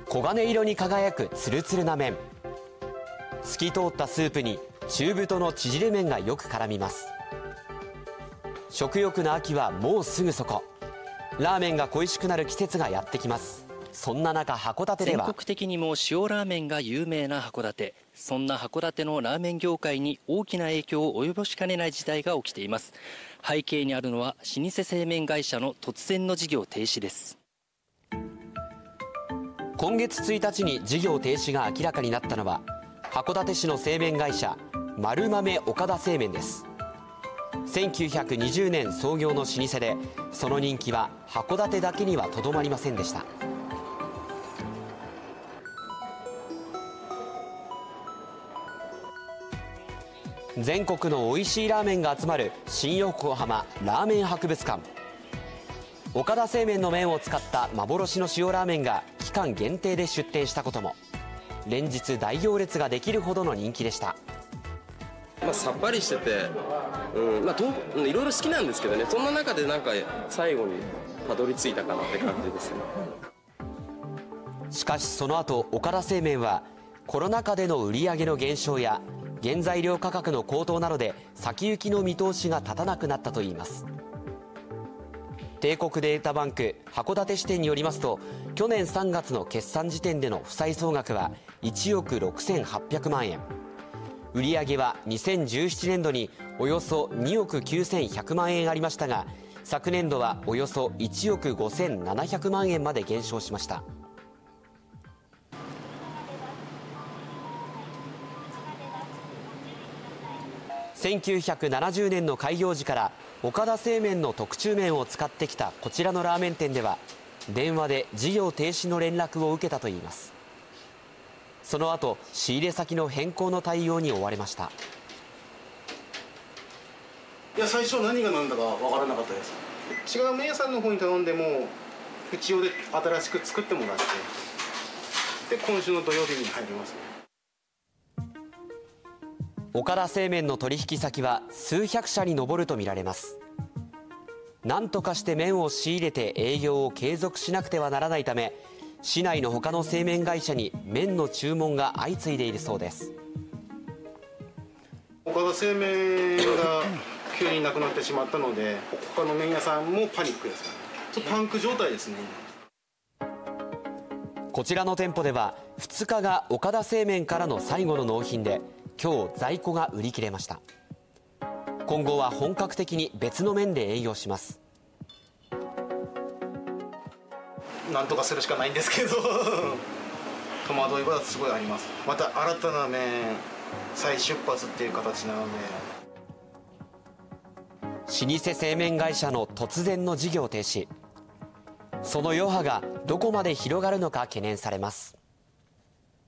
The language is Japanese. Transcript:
黄金色に輝くツルツルな麺。透き通ったスープに中太の縮れ麺がよく絡みます。食欲の秋はもうすぐそこ。ラーメンが恋しくなる季節がやってきます。そんな中、函館では全国的にも塩ラーメンが有名な函館。そんな函館のラーメン業界に大きな影響を及ぼしかねない事態が起きています。背景にあるのは老舗製麺会社の突然の事業停止です。 今月1日に事業停止が明らかになったのは、函館市の製麺会社丸豆岡田製麺です。1920年創業の老舗で、その人気は函館だけにはとどまりませんでした。全国の美味しいラーメンが集まる新横浜ラーメン博物館。岡田製麺の麺を使った幻の塩ラーメンが期間限定で出店したことも。連日大行列ができるほどの人気でした。 さっぱりしてて、いろいろ好きなんですけどね、そんな中でなんか最後にたどり着いたかなって感じですね。 しかしその後、岡田製麺はコロナ禍での売り上げの減少や原材料価格の高騰などで先行きの見通しが立たなくなったといいます。帝国データバンク函館支店によりますと、去年3月の決算時点での負債総額は1億6800万円。売上は2017年度におよそ2億9100万円ありましたが、昨年度はおよそ1億5700万円まで減少しました。1970年の開業時から岡田製麺の特注麺を使ってきたこちらのラーメン店では、電話で事業停止の連絡を受けたといいます。その後、仕入れ先の変更の対応に追われました。 最初何が何だか分からなかったです。違う麺屋さんの方に頼んでもうち用で新しく作ってもらって、で今週の土曜日に入りますね。 岡田製麺の取引先は数百社に上るとみられます。何とかして麺を仕入れて営業を継続しなくてはならないため、市内の他の製麺会社に麺の注文が相次いでいるそうです。 岡田製麺が急になくなってしまったので、他の麺屋さんもパニックですね。ちょっとパンク状態ですね。 こちらの店舗では2日が岡田製麺からの最後の納品で、今日在庫が売り切れました。今後は本格的に別の麺で営業します。 なんとかするしかないんですけど戸惑いはすごいあります。また新たな麺再出発っていう形なので。 老舗製麺会社の突然の事業停止、その余波がどこまで広がるのか懸念されます。